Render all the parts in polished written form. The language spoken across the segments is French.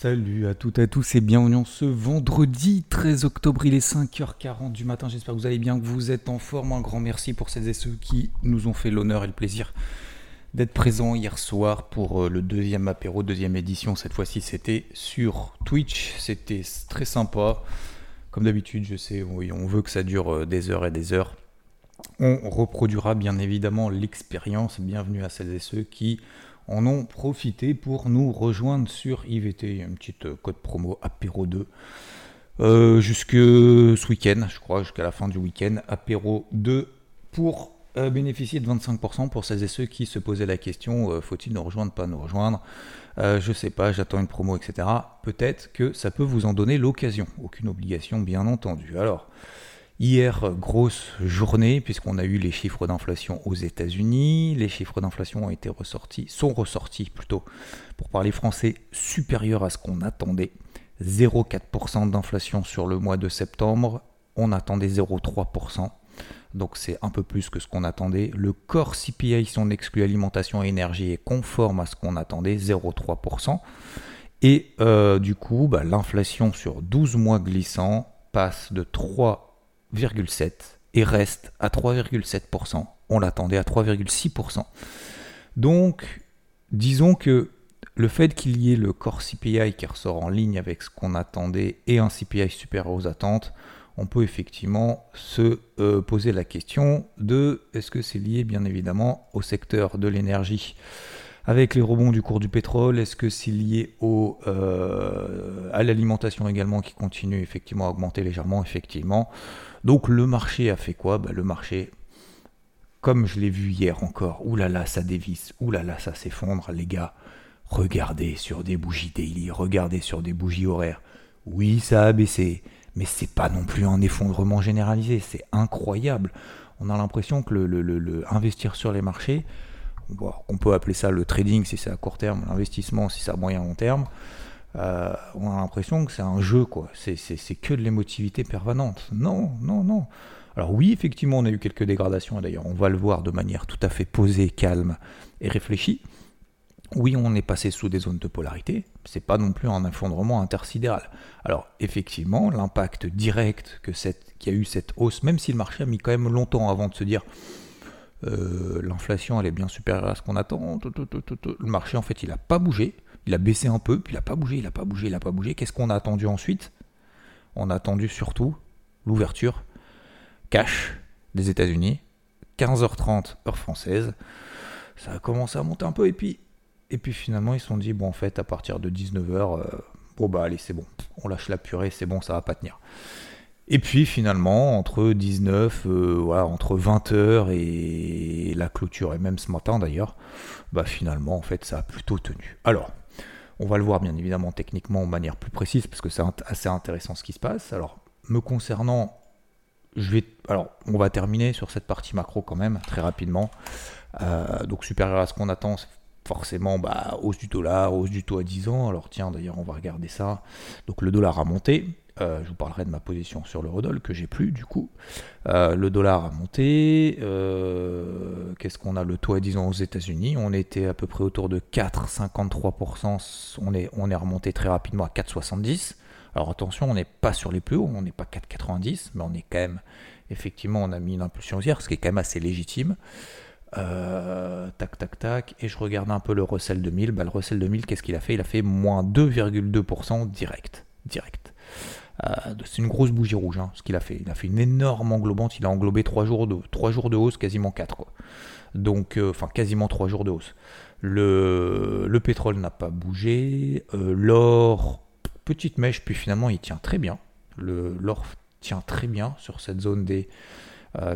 Salut à toutes et à tous et bienvenue en ce vendredi 13 octobre, il est 5h40 du matin, j'espère que vous allez bien, que vous êtes en forme. Un grand merci pour celles et ceux qui nous ont fait l'honneur et le plaisir d'être présents hier soir pour le deuxième apéro, deuxième édition. Cette fois-ci c'était sur Twitch, c'était très sympa. Comme d'habitude, je sais, oui, on veut que ça dure des heures et des heures. On reproduira bien évidemment l'expérience. Bienvenue à celles et ceux qui en ont profité pour nous rejoindre sur IVT. Une petite code promo apéro 2 jusque ce week-end, je crois, jusqu'à la fin du week-end. Apéro 2 pour bénéficier de 25% pour celles et ceux qui se posaient la question faut-il nous rejoindre, pas nous rejoindre. Je sais pas, j'attends une promo, etc. Peut-être que ça peut vous en donner l'occasion. Aucune obligation, bien entendu. Alors, hier, grosse journée, puisqu'on a eu les chiffres d'inflation aux États-Unis. Les chiffres d'inflation sont ressortis plutôt, pour parler français, supérieurs à ce qu'on attendait. 0,4% d'inflation sur le mois de septembre. On attendait 0,3%. Donc c'est un peu plus que ce qu'on attendait. Le core CPI, si on exclut alimentation et énergie, est conforme à ce qu'on attendait, 0,3%. Et du coup, l'inflation sur 12 mois glissants passe de 3,7 et reste à 3,7%. On l'attendait à 3,6%. Donc, disons que le fait qu'il y ait le core CPI qui ressort en ligne avec ce qu'on attendait et un CPI supérieur aux attentes, on peut effectivement se poser la question de est-ce que c'est lié bien évidemment au secteur de l'énergie avec les rebonds du cours du pétrole, est-ce que c'est lié à l'alimentation également qui continue effectivement à augmenter légèrement, effectivement. Donc le marché a fait quoi ? Le marché, comme je l'ai vu hier encore, oulala ça dévisse, oulala ça s'effondre, les gars, regardez sur des bougies daily, regardez sur des bougies horaires, oui ça a baissé, mais c'est pas non plus un effondrement généralisé, c'est incroyable. On a l'impression que le investir sur les marchés, on peut appeler ça le trading si c'est à court terme, l'investissement si c'est à moyen long terme, on a l'impression que c'est un jeu, quoi. C'est que de l'émotivité permanente. Non, non, non. Alors oui, effectivement, on a eu quelques dégradations, et d'ailleurs on va le voir de manière tout à fait posée, calme et réfléchie. Oui, on est passé sous des zones de polarité, c'est pas non plus un effondrement intersidéral. Alors effectivement, l'impact direct qu'il y a eu cette hausse, même si le marché a mis quand même longtemps avant de se dire l'inflation elle est bien supérieure à ce qu'on attend, le marché en fait il a pas bougé, il a baissé un peu, puis il a pas bougé. Qu'est-ce qu'on a attendu ensuite ? On a attendu surtout l'ouverture cash des États-Unis, 15h30 heure française. Ça a commencé à monter un peu et puis finalement ils se sont dit bon en fait à partir de 19h allez c'est bon, on lâche la purée, c'est bon, ça va pas tenir. Et puis finalement entre 19 entre 20h et la clôture et même ce matin d'ailleurs, finalement en fait ça a plutôt tenu. Alors on va le voir bien évidemment techniquement de manière plus précise parce que c'est assez intéressant ce qui se passe. Alors me concernant, on va terminer sur cette partie macro quand même très rapidement. Donc supérieur à ce qu'on attend, c'est forcément hausse du dollar, hausse du taux à 10 ans. Alors tiens d'ailleurs on va regarder ça. Donc le dollar a monté. Je vous parlerai de ma position sur l'eurodoll que j'ai plus du coup. Le dollar a monté. Qu'est-ce qu'on a ? Le taux à 10 ans aux États-Unis, on était à peu près autour de 4,53%. On est remonté très rapidement à 4,70%. Alors attention, on n'est pas sur les plus hauts, on n'est pas 4,90, mais on est quand même, effectivement, on a mis une impulsion haussière, ce qui est quand même assez légitime. Tac, et je regarde un peu le Russell 2000. Le Russell 2000, qu'est-ce qu'il a fait ? Il a fait moins 2,2% direct. C'est une grosse bougie rouge, ce qu'il a fait. Il a fait une énorme englobante, il a englobé 3 jours de hausse, quasiment 4 quoi. Donc, quasiment 3 jours de hausse. Le pétrole n'a pas bougé, l'or, petite mèche, puis finalement il tient très bien. L'or tient très bien sur cette zone des $1870,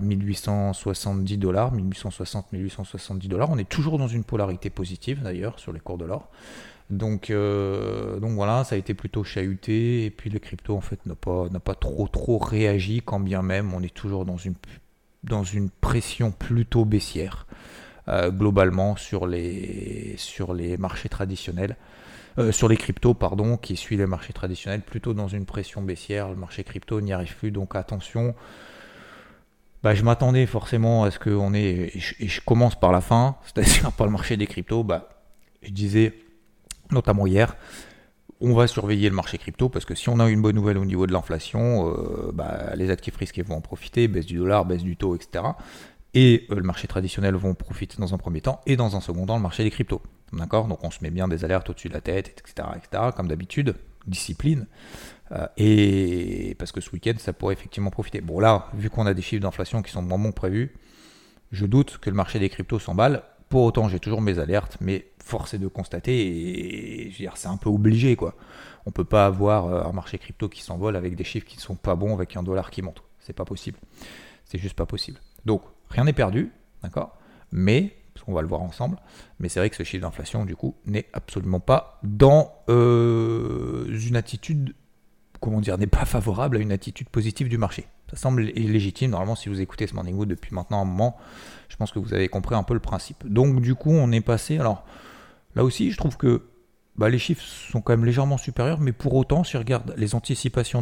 1860-1870$. On est toujours dans une polarité positive d'ailleurs sur les cours de l'or. Donc voilà, ça a été plutôt chahuté et puis les cryptos en fait n'a pas trop réagi, quand bien même on est toujours dans une pression plutôt baissière globalement sur les marchés traditionnels. Sur les cryptos qui suit les marchés traditionnels, plutôt dans une pression baissière. Le marché crypto n'y arrive plus, donc attention. Je m'attendais forcément à ce qu'on ait, et je commence par la fin, c'est-à-dire par le marché des cryptos. Je disais notamment hier, on va surveiller le marché crypto parce que si on a une bonne nouvelle au niveau de l'inflation, les actifs risqués vont en profiter, baisse du dollar, baisse du taux, etc. Et le marché traditionnel vont profiter dans un premier temps et dans un second temps le marché des cryptos. D'accord ? Donc on se met bien des alertes au-dessus de la tête, etc. Comme d'habitude, discipline. Et parce que ce week-end, ça pourrait effectivement profiter. Bon là, vu qu'on a des chiffres d'inflation qui sont moins bons que prévu, je doute que le marché des cryptos s'emballe. Pour autant, j'ai toujours mes alertes, mais force est de constater, et je veux dire, c'est un peu obligé, quoi. On peut pas avoir un marché crypto qui s'envole avec des chiffres qui ne sont pas bons, avec un dollar qui monte. C'est pas possible. C'est juste pas possible. Donc, rien n'est perdu, d'accord ? Mais, parce qu'on va le voir ensemble, mais c'est vrai que ce chiffre d'inflation, du coup, n'est absolument pas dans une attitude, n'est pas favorable à une attitude positive du marché. Ça semble légitime. Normalement, si vous écoutez ce Morning Wood depuis maintenant un moment, je pense que vous avez compris un peu le principe. Donc, du coup, on est passé. Alors, là aussi, je trouve que les chiffres sont quand même légèrement supérieurs, mais pour autant, si on regarde les anticipations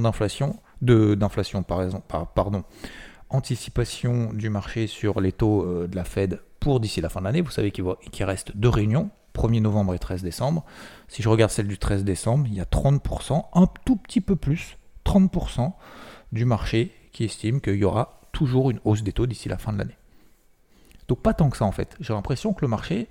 anticipation du marché sur les taux de la Fed pour d'ici la fin de l'année, vous savez qu'il reste 2 réunions, 1er novembre et 13 décembre. Si je regarde celle du 13 décembre, il y a 30%, un tout petit peu plus, 30% du marché qui estime qu'il y aura toujours une hausse des taux d'ici la fin de l'année. Donc pas tant que ça en fait. J'ai l'impression que le marché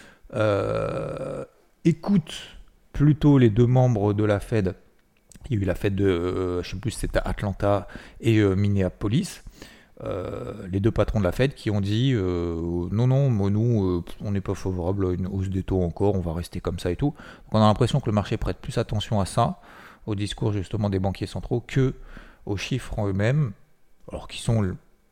écoute plutôt les deux membres de la Fed. Il y a eu la Fed de, je ne sais plus si c'était Atlanta et Minneapolis. Les deux patrons de la Fed qui ont dit non, nous, on n'est pas favorable à une hausse des taux encore, on va rester comme ça et tout. Donc on a l'impression que le marché prête plus attention à ça, au discours justement des banquiers centraux, que aux chiffres en eux-mêmes, alors qui sont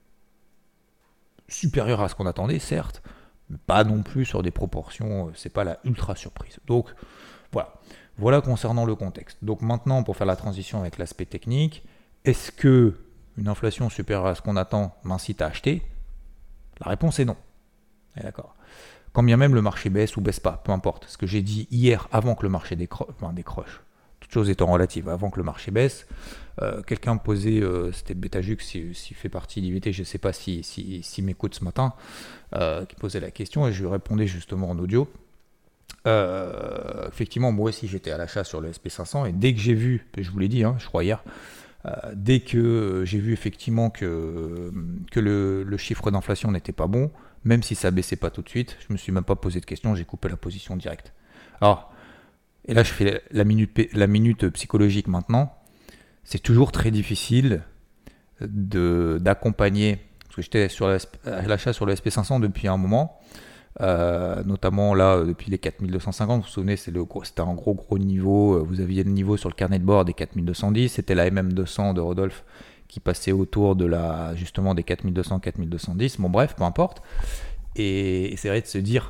supérieurs à ce qu'on attendait, certes, mais pas non plus sur des proportions, c'est pas la ultra surprise. Donc voilà concernant le contexte. Donc maintenant, pour faire la transition avec l'aspect technique, est-ce que une inflation supérieure à ce qu'on attend m'incite à acheter ? La réponse est non. D'accord. Quand bien même le marché baisse ou baisse pas, peu importe. Ce que j'ai dit hier, avant que le marché décroche, toutes choses étant relatives, avant que le marché baisse, quelqu'un me posait, c'était Betajux, s'il fait partie d'IVT, je ne sais pas s'il m'écoute ce matin, qui posait la question et je lui répondais justement en audio. Effectivement, moi aussi j'étais à l'achat sur le SP500 et dès que j'ai vu, je vous l'ai dit, je crois hier, dès que j'ai vu effectivement que le chiffre d'inflation n'était pas bon, même si ça baissait pas tout de suite, je me suis même pas posé de questions, j'ai coupé la position directe. Alors, et là je fais la minute psychologique maintenant. C'est toujours très difficile d'accompagner, parce que j'étais à l'achat sur le SP500 depuis un moment, notamment là depuis les 4250, vous vous souvenez, c'était un gros niveau, vous aviez le niveau sur le carnet de bord des 4210, c'était la MM200 de Rodolphe qui passait autour de justement des 4200, 4210, bon bref, peu importe, et c'est vrai de se dire,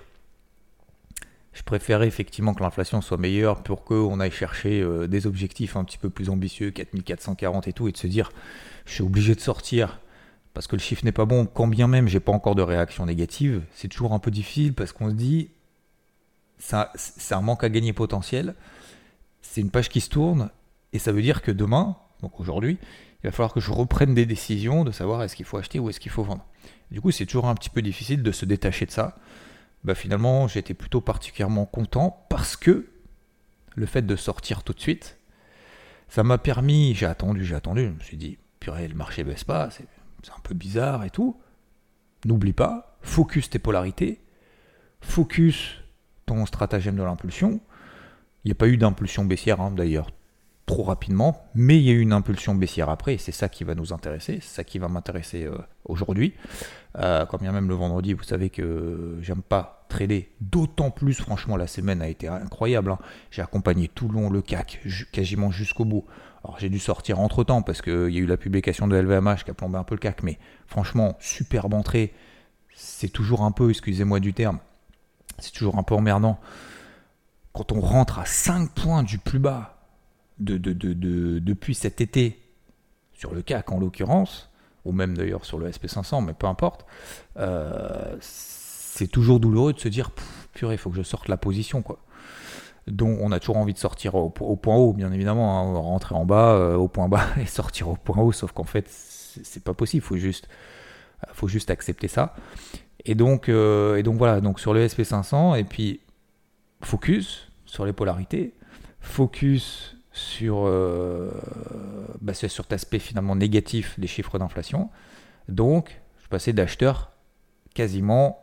je préférais effectivement que l'inflation soit meilleure pour qu'on aille chercher des objectifs un petit peu plus ambitieux, 4440 et tout, et de se dire, je suis obligé de sortir parce que le chiffre n'est pas bon, quand bien même j'ai pas encore de réaction négative, c'est toujours un peu difficile parce qu'on se dit, c'est un manque à gagner potentiel, c'est une page qui se tourne, et ça veut dire que demain, donc aujourd'hui, il va falloir que je reprenne des décisions de savoir est-ce qu'il faut acheter ou est-ce qu'il faut vendre. Du coup, c'est toujours un petit peu difficile de se détacher de ça. Finalement, j'étais plutôt particulièrement content parce que le fait de sortir tout de suite, ça m'a permis, j'ai attendu, je me suis dit, purée, le marché baisse pas, c'est un peu bizarre et tout. N'oublie pas, focus tes polarités, focus ton stratagème de l'impulsion. Il n'y a pas eu d'impulsion baissière d'ailleurs trop rapidement, mais il y a eu une impulsion baissière après, et c'est ça qui va nous intéresser, c'est ça qui va m'intéresser aujourd'hui. Quand bien même le vendredi, vous savez que j'aime pas trader, d'autant plus franchement la semaine a été incroyable. J'ai accompagné tout le long le CAC, quasiment jusqu'au bout. Alors j'ai dû sortir entre temps parce qu'il y a eu la publication de LVMH qui a plombé un peu le CAC, mais franchement, superbe entrée. C'est toujours un peu, excusez-moi du terme, c'est toujours un peu emmerdant. Quand on rentre à 5 points du plus bas depuis cet été, sur le CAC en l'occurrence, ou même d'ailleurs sur le SP500, mais peu importe, c'est toujours douloureux de se dire, purée, il faut que je sorte la position, quoi. Donc on a toujours envie de sortir au point haut, bien évidemment, rentrer en bas, au point bas, et sortir au point haut, sauf qu'en fait, c'est pas possible, faut juste accepter ça. Et donc voilà, donc sur le SP500, et puis focus sur les polarités, focus sur cet aspect finalement négatif des chiffres d'inflation. Donc, je passais d'acheteur quasiment,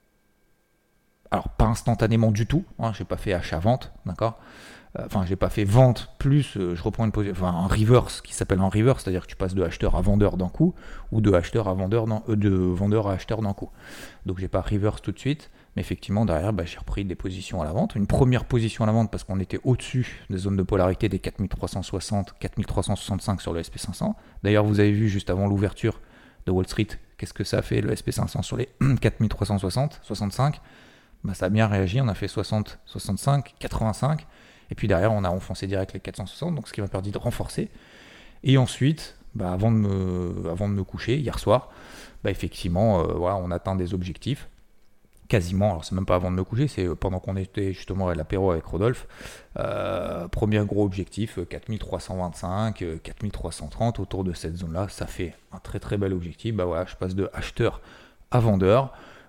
alors pas instantanément du tout, je n'ai pas fait achat-vente, d'accord. J'ai pas fait vente plus, je reprends une position, un reverse qui s'appelle un reverse, c'est-à-dire que tu passes de acheteur à vendeur d'un coup, ou de acheteur à vendeur de vendeur à acheteur d'un coup. Donc j'ai pas reverse tout de suite, mais effectivement derrière j'ai repris des positions à la vente. Une première position à la vente parce qu'on était au-dessus des zones de polarité des 4360, 4365 sur le SP500. D'ailleurs vous avez vu juste avant l'ouverture de Wall Street, qu'est-ce que ça a fait le SP500 sur les 4360, 65 ça a bien réagi, on a fait 60, 65, 85. Et puis derrière, on a enfoncé direct les 460, donc ce qui m'a permis de renforcer. Et ensuite, avant de me coucher, hier soir, effectivement, on atteint des objectifs. Quasiment, alors c'est même pas avant de me coucher, c'est pendant qu'on était justement à l'apéro avec Rodolphe. Premier gros objectif, 4325, 4330, autour de cette zone-là. Ça fait un très très bel objectif. Je passe de acheteur à vendeur.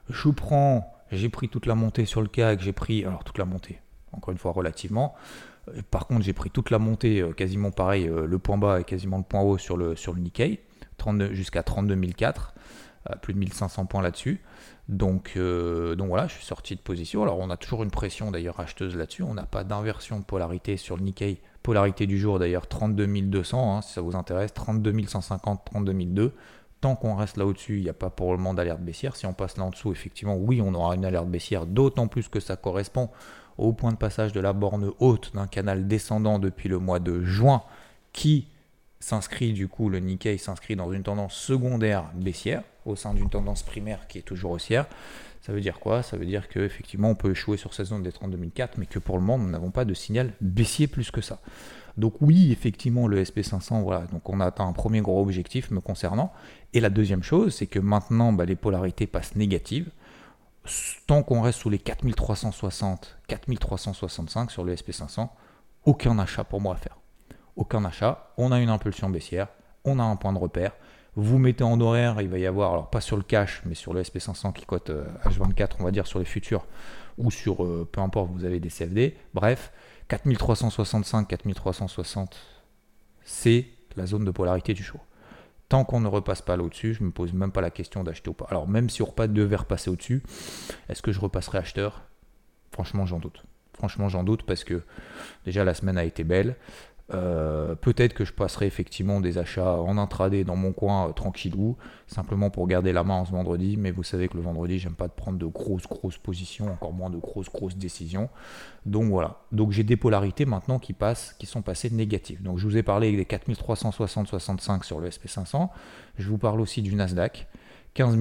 J'ai pris toute la montée sur le CAC, toute la montée, encore une fois relativement. Par contre, j'ai pris toute la montée, quasiment pareil, le point bas et quasiment le point haut sur le Nikkei, jusqu'à 32 004, plus de 1500 points là-dessus. Donc voilà, je suis sorti de position. Alors on a toujours une pression d'ailleurs acheteuse là-dessus, on n'a pas d'inversion de polarité sur le Nikkei. Polarité du jour d'ailleurs 32 200, si ça vous intéresse, 32 150, 32 200. Tant qu'on reste là au-dessus, il n'y a pas pour le moment d'alerte baissière. Si on passe là en dessous, effectivement, oui, on aura une alerte baissière, d'autant plus que ça correspond au point de passage de la borne haute d'un canal descendant depuis le mois de juin qui s'inscrit, du coup, le Nikkei s'inscrit dans une tendance secondaire baissière au sein d'une tendance primaire qui est toujours haussière. Ça veut dire quoi? Ça veut dire qu'effectivement, on peut échouer sur cette zone des 32 004, mais que pour le moment, nous n'avons pas de signal baissier plus que ça. Donc oui, effectivement, le SP500, voilà, donc on a atteint un premier gros objectif me concernant. Et la deuxième chose, c'est que maintenant, les polarités passent négatives. Tant qu'on reste sous les 4360, 4365 sur le SP500, aucun achat pour moi à faire. Aucun achat, on a une impulsion baissière, on a un point de repère. Vous mettez en horaire, il va y avoir, alors pas sur le cash, mais sur le SP500 qui cote H24, on va dire sur les futurs, ou sur, peu importe, vous avez des CFD. Bref, 4365, 4360, c'est la zone de polarité du jour. Tant qu'on ne repasse pas là au-dessus, je ne me pose même pas la question d'acheter ou pas. Alors même si on devait repasser au-dessus, est-ce que je repasserai acheteur? Franchement, j'en doute. Parce que déjà la semaine a été belle. Peut-être que je passerai effectivement des achats en intraday dans mon coin tranquillou, simplement pour garder la main en ce vendredi, mais vous savez que le vendredi j'aime pas de prendre de grosses positions, encore moins de grosses décisions. Donc voilà, donc j'ai des polarités maintenant qui sont passées négatives. Donc je vous ai parlé des 4360-65 sur le SP500, je vous parle aussi du Nasdaq, 15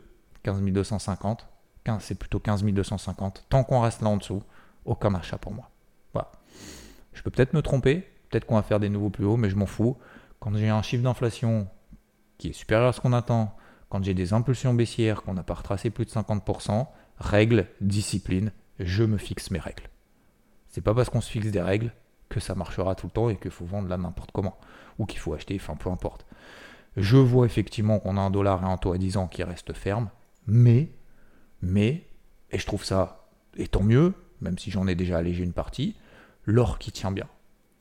250, c'est plutôt 15 250, tant qu'on reste là en dessous, aucun achat pour moi. Voilà. Je peux peut-être me tromper, peut-être qu'on va faire des nouveaux plus hauts, mais je m'en fous. Quand j'ai un chiffre d'inflation qui est supérieur à ce qu'on attend, quand j'ai des impulsions baissières, qu'on n'a pas retracé plus de 50%, règles, discipline, je me fixe mes règles. C'est pas parce qu'on se fixe des règles que ça marchera tout le temps et qu'il faut vendre là n'importe comment, ou qu'il faut acheter, peu importe. Je vois effectivement qu'on a un dollar et un taux à 10 ans qui reste ferme, mais, et je trouve ça, et tant mieux, même si j'en ai déjà allégé une partie, l'or qui tient bien.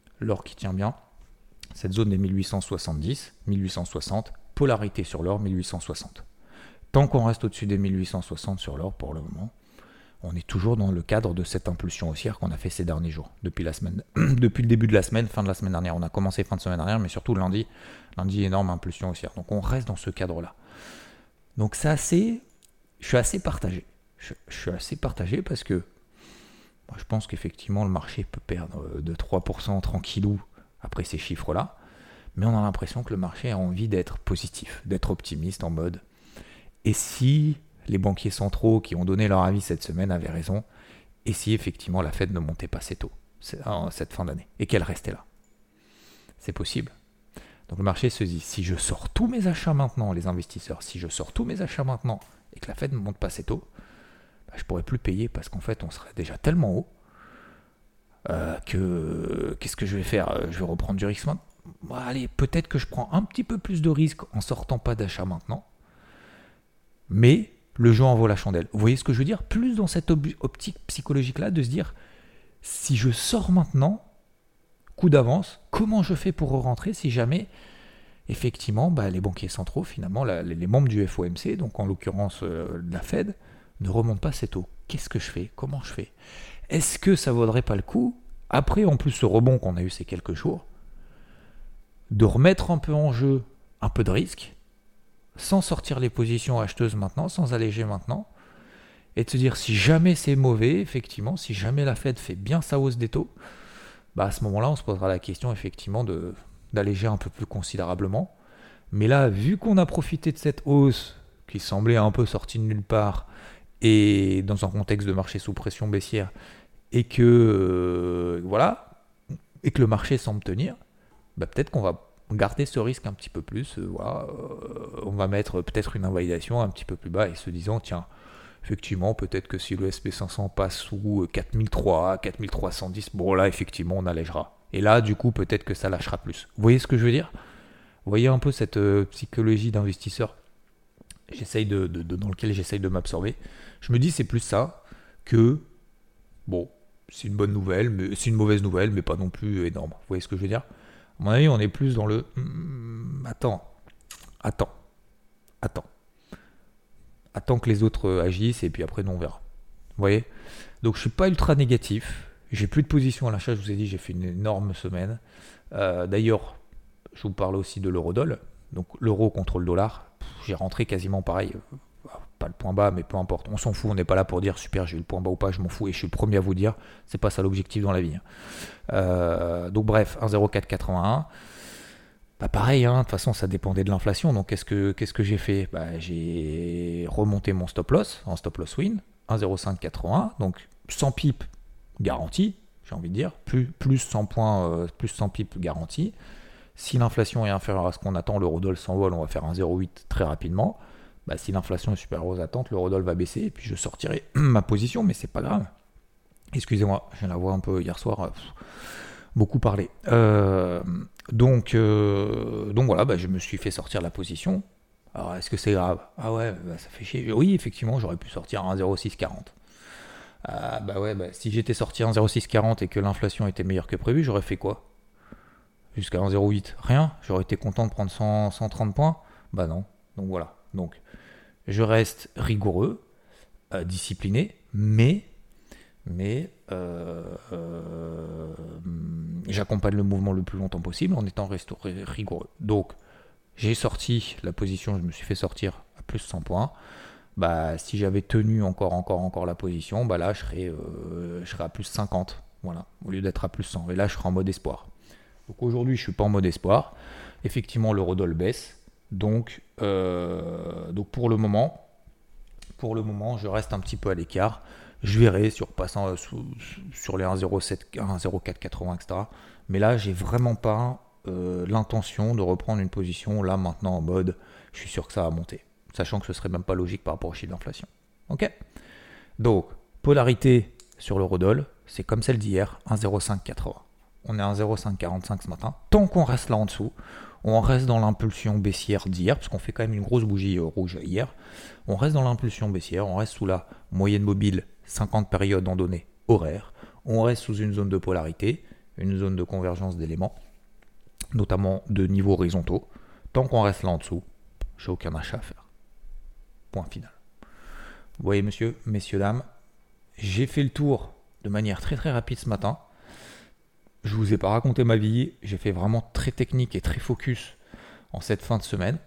Cette zone des 1870, 1860, polarité sur l'or 1860. Tant qu'on reste au-dessus des 1860 sur l'or pour le moment, on est toujours dans le cadre de cette impulsion haussière qu'on a fait ces derniers jours, depuis le début de la semaine, fin de la semaine dernière. On a commencé fin de semaine dernière, mais surtout lundi énorme impulsion haussière. Donc on reste dans ce cadre-là. Donc je suis assez partagé. Je suis assez partagé parce que je pense qu'effectivement le marché peut perdre de 3% tranquillou après ces chiffres-là, mais on a l'impression que le marché a envie d'être positif, d'être optimiste en mode et si les banquiers centraux qui ont donné leur avis cette semaine avaient raison, et si effectivement la Fed ne montait pas assez tôt cette fin d'année et qu'elle restait là. C'est possible. Donc le marché se dit, si je sors tous mes achats maintenant, les investisseurs, si je sors tous mes achats maintenant et que la Fed ne monte pas assez tôt, je pourrais plus payer parce qu'en fait on serait déjà tellement haut que qu'est-ce que je vais faire? Je vais reprendre du risque maintenant. Allez, peut-être que je prends un petit peu plus de risque en sortant pas d'achat maintenant, mais le jeu en vaut la chandelle. Vous voyez ce que je veux dire? Plus dans cette optique psychologique là de se dire, si je sors maintenant, coup d'avance. Comment je fais pour rentrer si jamais, effectivement, les banquiers centraux, finalement, les membres du FOMC, donc en l'occurrence de la Fed, ne remontent pas ces taux? Qu'est-ce que je fais? Comment je fais? Est-ce que ça vaudrait pas le coup, après en plus ce rebond qu'on a eu ces quelques jours, de remettre un peu en jeu un peu de risque, sans sortir les positions acheteuses maintenant, sans alléger maintenant, et de se dire si jamais c'est mauvais, effectivement, si jamais la Fed fait bien sa hausse des taux, à ce moment-là, on se posera la question effectivement d'alléger un peu plus considérablement. Mais là, vu qu'on a profité de cette hausse qui semblait un peu sortie de nulle part, et dans un contexte de marché sous pression baissière, et que et que le marché semble tenir, peut-être qu'on va garder ce risque un petit peu plus. On va mettre peut-être une invalidation un petit peu plus bas et se disant tiens, effectivement, peut-être que si le SP500 passe sous 4003, 4310, bon là, effectivement, on allégera. Et là, du coup, peut-être que ça lâchera plus. Vous voyez ce que je veux dire? Vous voyez un peu cette psychologie d'investisseur dans lequel j'essaye de m'absorber. Je me dis c'est plus ça que, bon, c'est une bonne nouvelle, mais c'est une mauvaise nouvelle, mais pas non plus énorme. Vous voyez ce que je veux dire? À mon avis, on est plus dans le attends que les autres agissent et puis après nous on verra. Vous voyez? Donc je suis pas ultra négatif. J'ai plus de position à l'achat. Je vous ai dit, j'ai fait une énorme semaine. D'ailleurs, je vous parle aussi de l'eurodoll. Donc l'euro contre le dollar. J'ai rentré quasiment pareil. Pas le point bas, mais peu importe. On s'en fout. On n'est pas là pour dire super, j'ai eu le point bas ou pas. Je m'en fous et je suis le premier à vous dire. C'est pas ça l'objectif dans la vie. Donc bref, 1,0481. Pareil, de toute façon ça dépendait de l'inflation, donc qu'est-ce que j'ai fait? J'ai remonté mon stop loss en stop loss win, 1,0581, donc 100 pips garantie, j'ai envie de dire, plus 100 points, plus 100 pips garantie. Si l'inflation est inférieure à ce qu'on attend, l'eurodoll s'envole, on va faire 1,08 très rapidement. Si l'inflation est supérieure aux attentes, l'eurodoll va baisser et puis je sortirai ma position, mais c'est pas grave. Excusez-moi, je la vois un peu hier soir. Beaucoup parlé. Donc voilà, je me suis fait sortir la position. Alors est-ce que c'est grave? Ah ouais, ça fait chier. Oui, effectivement, j'aurais pu sortir à 1,0640. Si j'étais sorti à 1,0640 et que l'inflation était meilleure que prévu, j'aurais fait quoi? Jusqu'à 1,08? Rien. J'aurais été content de prendre 130 points? Non. Donc voilà. Donc je reste rigoureux, discipliné, mais j'accompagne le mouvement le plus longtemps possible en étant rigoureux. Donc j'ai sorti la position, je me suis fait sortir à plus 100 points. Si j'avais tenu encore la position, là je serais à plus 50, voilà, au lieu d'être à plus 100. Et là je serai en mode espoir. Donc aujourd'hui je suis pas en mode espoir. Effectivement l'eurodoll baisse. Donc pour le moment je reste un petit peu à l'écart. Je verrai sur passant sur les 1,07, 1,0480, etc. Mais là, j'ai vraiment pas l'intention de reprendre une position là maintenant en mode je suis sûr que ça va monter. Sachant que ce serait même pas logique par rapport au chiffre d'inflation. Ok? Donc, polarité sur l'eurodoll, c'est comme celle d'hier, 1,0580. On est à 1,0545 ce matin. Tant qu'on reste là en dessous, on reste dans l'impulsion baissière d'hier, parce qu'on fait quand même une grosse bougie rouge hier. On reste dans l'impulsion baissière, on reste sous la moyenne mobile 50 périodes en données horaires. On reste sous une zone de polarité, une zone de convergence d'éléments, notamment de niveaux horizontaux. Tant qu'on reste là en dessous, j'ai aucun achat à faire. Point final. Vous voyez, messieurs, dames, j'ai fait le tour de manière très très rapide ce matin. Je vous ai pas raconté ma vie, j'ai fait vraiment très technique et très focus en cette fin de semaine.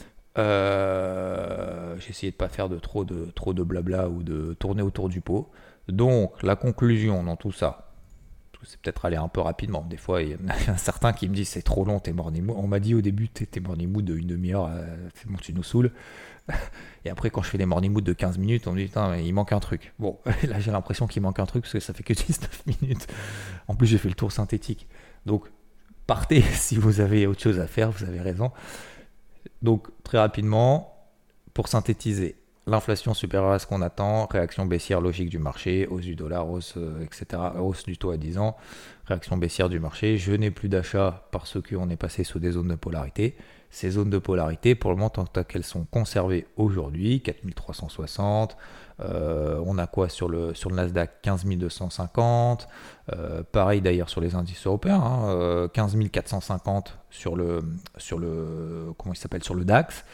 J'ai essayé de pas faire trop de blabla ou de tourner autour du pot. Donc la conclusion dans tout ça, c'est peut-être aller un peu rapidement. Des fois, il y en a certains qui me disent c'est trop long tes morning mood. On m'a dit au début tes morning mood de une demi-heure, c'est bon, tu nous saoules. Et après, quand je fais des morning mood de 15 minutes, on me dit putain, il manque un truc. Bon, là j'ai l'impression qu'il manque un truc parce que ça fait que 19 minutes. En plus, j'ai fait le tour synthétique. Donc, partez si vous avez autre chose à faire, vous avez raison. Donc, très rapidement, pour synthétiser, L'inflation supérieure à ce qu'on attend, réaction baissière logique du marché, hausse du dollar, hausse, etc., hausse du taux à 10 ans, réaction baissière du marché. Je n'ai plus d'achat parce qu'on est passé sous des zones de polarité. Ces zones de polarité, pour le moment, tant qu'elles sont conservées aujourd'hui, 4360, on a quoi sur le Nasdaq 15 250, pareil d'ailleurs sur les indices européens, 15 450 sur le comment il s'appelle, sur le DAX.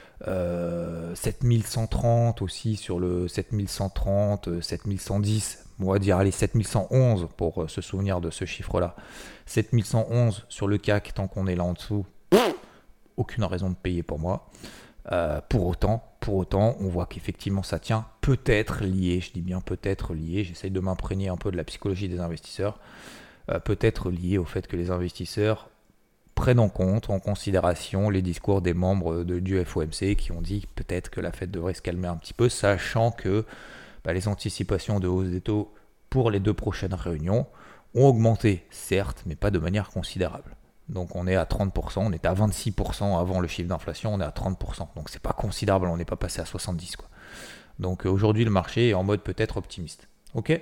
7130 aussi sur le 7130, 7110, on va dire allez 7111 pour se souvenir de ce chiffre là, 7111 sur le CAC. Tant qu'on est là en dessous, aucune raison de payer pour moi. Pour autant, on voit qu'effectivement ça tient, peut-être lié, je dis bien peut-être lié, j'essaye de m'imprégner un peu de la psychologie des investisseurs, peut-être lié au fait que les investisseurs prennent en compte, en considération les discours des membres du FOMC qui ont dit peut-être que la Fed devrait se calmer un petit peu, sachant que les anticipations de hausse des taux pour les 2 prochaines réunions ont augmenté, certes, mais pas de manière considérable. Donc on est à 30%, on était à 26% avant le chiffre d'inflation, on est à 30%. Donc c'est pas considérable, on n'est pas passé à 70 quoi. Donc aujourd'hui le marché est en mode peut-être optimiste. Ok.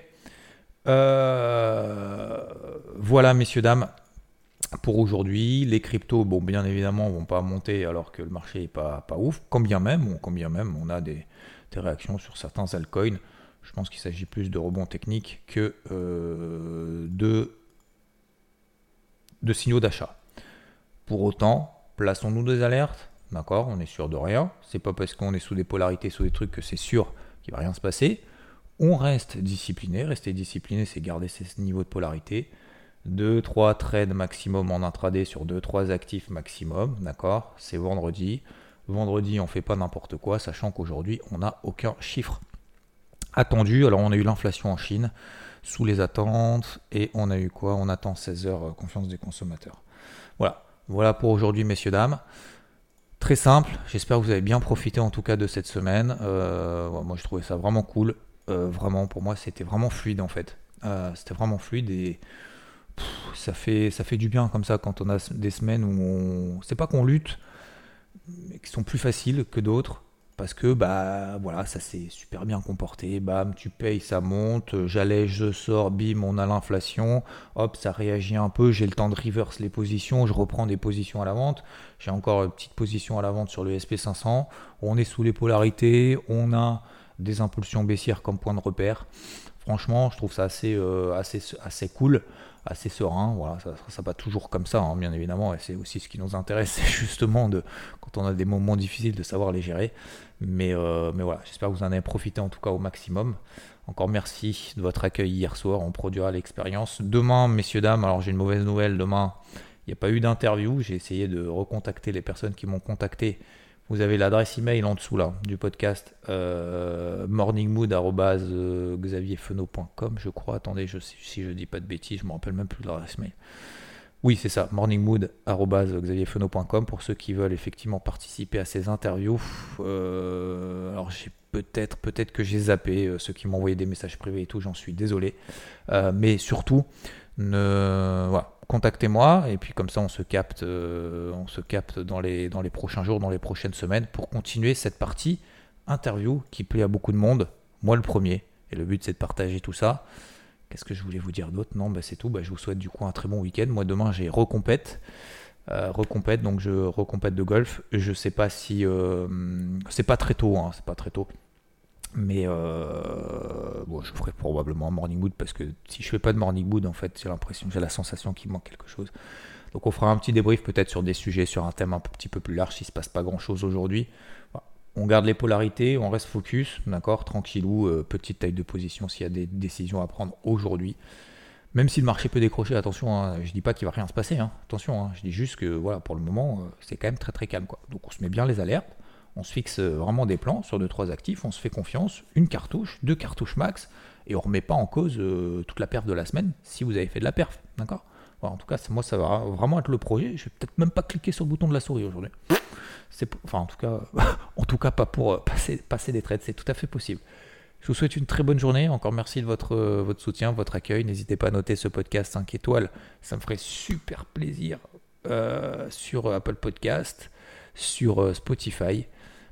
Voilà messieurs dames pour aujourd'hui. Les cryptos, bon bien évidemment vont pas monter alors que le marché est pas ouf. Quand bien même on a des réactions sur certains altcoins. Je pense qu'il s'agit plus de rebonds techniques que de signaux d'achat. Pour autant, plaçons-nous des alertes, d'accord, on est sûr de rien, c'est pas parce qu'on est sous des polarités, sous des trucs que c'est sûr qu'il va rien se passer. On reste discipliné, rester discipliné c'est garder ces niveaux de polarité, 2-3 trades maximum en intraday sur 2-3 actifs maximum, d'accord, c'est vendredi, on fait pas n'importe quoi, sachant qu'aujourd'hui on n'a aucun chiffre attendu. Alors on a eu l'inflation en Chine, sous les attentes, et on a eu quoi? On attend 16 heures confiance des consommateurs. Voilà pour aujourd'hui messieurs dames. Très simple, j'espère que vous avez bien profité en tout cas de cette semaine. Moi je trouvais ça vraiment cool. Vraiment pour moi c'était vraiment fluide en fait. C'était vraiment fluide et ça fait du bien comme ça quand on a des semaines où c'est pas qu'on lutte, mais qui sont plus faciles que d'autres. Parce que voilà, ça s'est super bien comporté, bam, tu payes, ça monte, j'allège, je sors, bim, on a l'inflation, hop, ça réagit un peu, j'ai le temps de reverse les positions, je reprends des positions à la vente, j'ai encore une petite position à la vente sur le SP500, on est sous les polarités, on a des impulsions baissières comme point de repère. Franchement, je trouve ça assez cool, assez serein. Voilà, ça ne sera pas toujours comme ça, hein, bien évidemment. Et c'est aussi ce qui nous intéresse, c'est justement quand on a des moments difficiles, de savoir les gérer. Mais voilà, j'espère que vous en avez profité en tout cas au maximum. Encore merci de votre accueil hier soir. On produira l'expérience. Demain, messieurs, dames, alors j'ai une mauvaise nouvelle. Demain, il n'y a pas eu d'interview. J'ai essayé de recontacter les personnes qui m'ont contacté. Vous avez l'adresse email en dessous là du podcast, morningmood@xavierfenot.com, je crois. Attendez, si je dis pas de bêtises, je me rappelle même plus de l'adresse mail. Oui, c'est ça, morningmood@xavierfenot.com pour ceux qui veulent effectivement participer à ces interviews. Alors j'ai peut-être que j'ai zappé ceux qui m'ont envoyé des messages privés et tout, j'en suis désolé. Mais surtout, voilà, contactez-moi et puis comme ça on se capte dans les prochains jours, dans les prochaines semaines pour continuer cette partie interview qui plaît à beaucoup de monde, moi le premier, et le but c'est de partager tout ça. Qu'est-ce que je voulais vous dire d'autre? Non, c'est tout. Je vous souhaite du coup un très bon week-end. Moi demain j'ai recompète, donc je recompète de golf. Je sais pas si c'est pas très tôt, c'est pas très tôt. Mais je ferai probablement un morning mood parce que si je fais pas de morning mood, en fait, j'ai la sensation qu'il manque quelque chose. Donc on fera un petit débrief peut-être sur des sujets, sur un thème un petit peu plus large s'il se passe pas grand-chose aujourd'hui. Voilà. On garde les polarités, on reste focus, d'accord, tranquillou, petite taille de position s'il y a des décisions à prendre aujourd'hui. Même si le marché peut décrocher, attention, je dis pas qu'il va rien se passer, attention, je dis juste que voilà, pour le moment, c'est quand même très très calme, quoi. Donc on se met bien les alertes. On se fixe vraiment des plans sur 2-3 actifs, on se fait confiance, une cartouche, 2 cartouches max, et on ne remet pas en cause toute la perf de la semaine si vous avez fait de la perf, d'accord? Voilà, en tout cas, moi ça va vraiment être le projet. Je vais peut-être même pas cliquer sur le bouton de la souris aujourd'hui. En tout cas pas pour passer des trades, c'est tout à fait possible. Je vous souhaite une très bonne journée. Encore merci de votre soutien, votre accueil. N'hésitez pas à noter ce podcast 5 étoiles, ça me ferait super plaisir sur Apple Podcast, sur Spotify.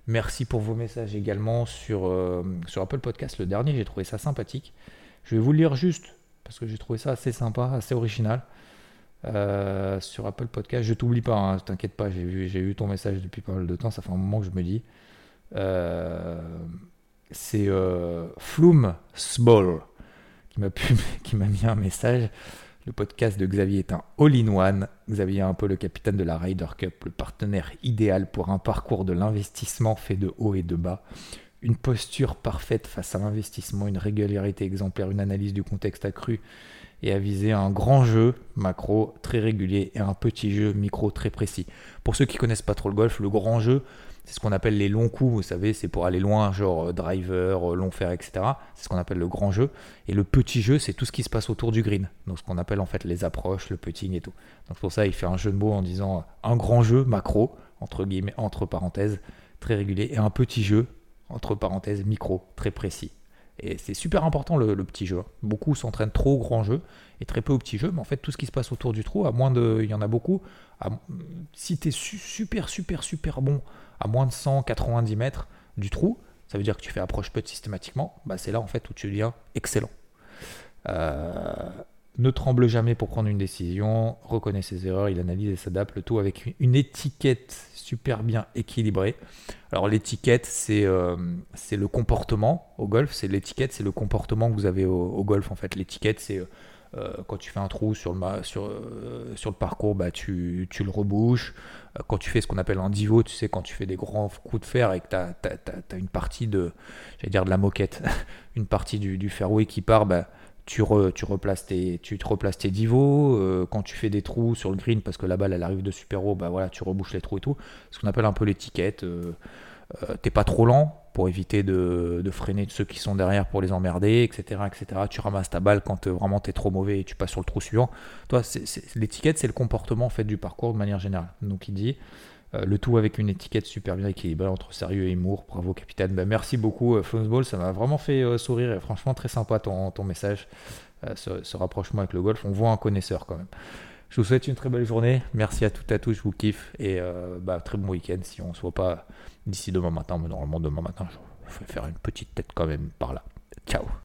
Merci pour vos messages également sur Apple Podcast. Le dernier, j'ai trouvé ça sympathique. Je vais vous le lire juste parce que j'ai trouvé ça assez sympa, assez original. Sur Apple Podcast, je t'oublie pas, hein, t'inquiète pas, j'ai eu ton message depuis pas mal de temps, ça fait un moment que je me dis. Euh, c'est Flume Small qui m'a mis un message. Le podcast de Xavier est un all-in-one. Xavier est un peu le capitaine de la Ryder Cup, le partenaire idéal pour un parcours de l'investissement fait de haut et de bas. Une posture parfaite face à l'investissement, une régularité exemplaire, une analyse du contexte accrue et à viser un grand jeu macro très régulier et un petit jeu micro très précis. Pour ceux qui connaissent pas trop le golf, le grand jeu, c'est ce qu'on appelle les longs coups, vous savez, c'est pour aller loin, genre driver, long fer, etc. C'est ce qu'on appelle le grand jeu. Et le petit jeu, c'est tout ce qui se passe autour du green. Donc ce qu'on appelle en fait les approches, le putting et tout. Donc pour ça, il fait un jeu de mots en disant un grand jeu macro, entre guillemets, entre parenthèses, très régulier, et un petit jeu, entre parenthèses, micro, très précis. Et c'est super important le petit jeu. Beaucoup s'entraînent trop au grand jeu et très peu au petit jeu. Mais en fait, tout ce qui se passe autour du trou, à moins de. Il y en a beaucoup. Si tu es super bon à moins de 190 mètres du trou, ça veut dire que tu fais approche putt systématiquement. Bah, c'est là en fait où tu deviens excellent. Ne tremble jamais pour prendre une décision. Reconnaît ses erreurs, il analyse et s'adapte. Le tout avec une étiquette super bien équilibrée. Alors l'étiquette, c'est le comportement au golf. C'est l'étiquette, c'est le comportement que vous avez au golf en fait. L'étiquette, c'est quand tu fais un trou sur le parcours, bah, tu le rebouches. Quand tu fais ce qu'on appelle un divot, tu sais, quand tu fais des grands coups de fer et que tu as une partie j'allais dire de la moquette, une partie du fairway qui part, bah, tu te replaces tes divots. Quand tu fais des trous sur le green, parce que la balle elle arrive de super haut, bah voilà, tu rebouches les trous et tout. Ce qu'on appelle un peu l'étiquette. T'es pas trop lent pour éviter de freiner ceux qui sont derrière pour les emmerder, etc. etc. Tu ramasses ta balle quand vraiment t'es trop mauvais et tu passes sur le trou suivant. Toi, l'étiquette, c'est le comportement en fait du parcours de manière générale. Donc il dit le tout avec une étiquette super bien équilibrée entre sérieux et humour. Bravo capitaine. Ben, merci beaucoup Ball, ça m'a vraiment fait sourire et franchement très sympa ton message. Ce rapprochement avec le golf, on voit un connaisseur quand même. Je vous souhaite une très belle journée. Merci à toutes et à tous, je vous kiffe. Et très bon week-end si on ne se voit pas d'ici demain matin. Mais normalement, demain matin, je vais faire une petite tête quand même par là. Ciao.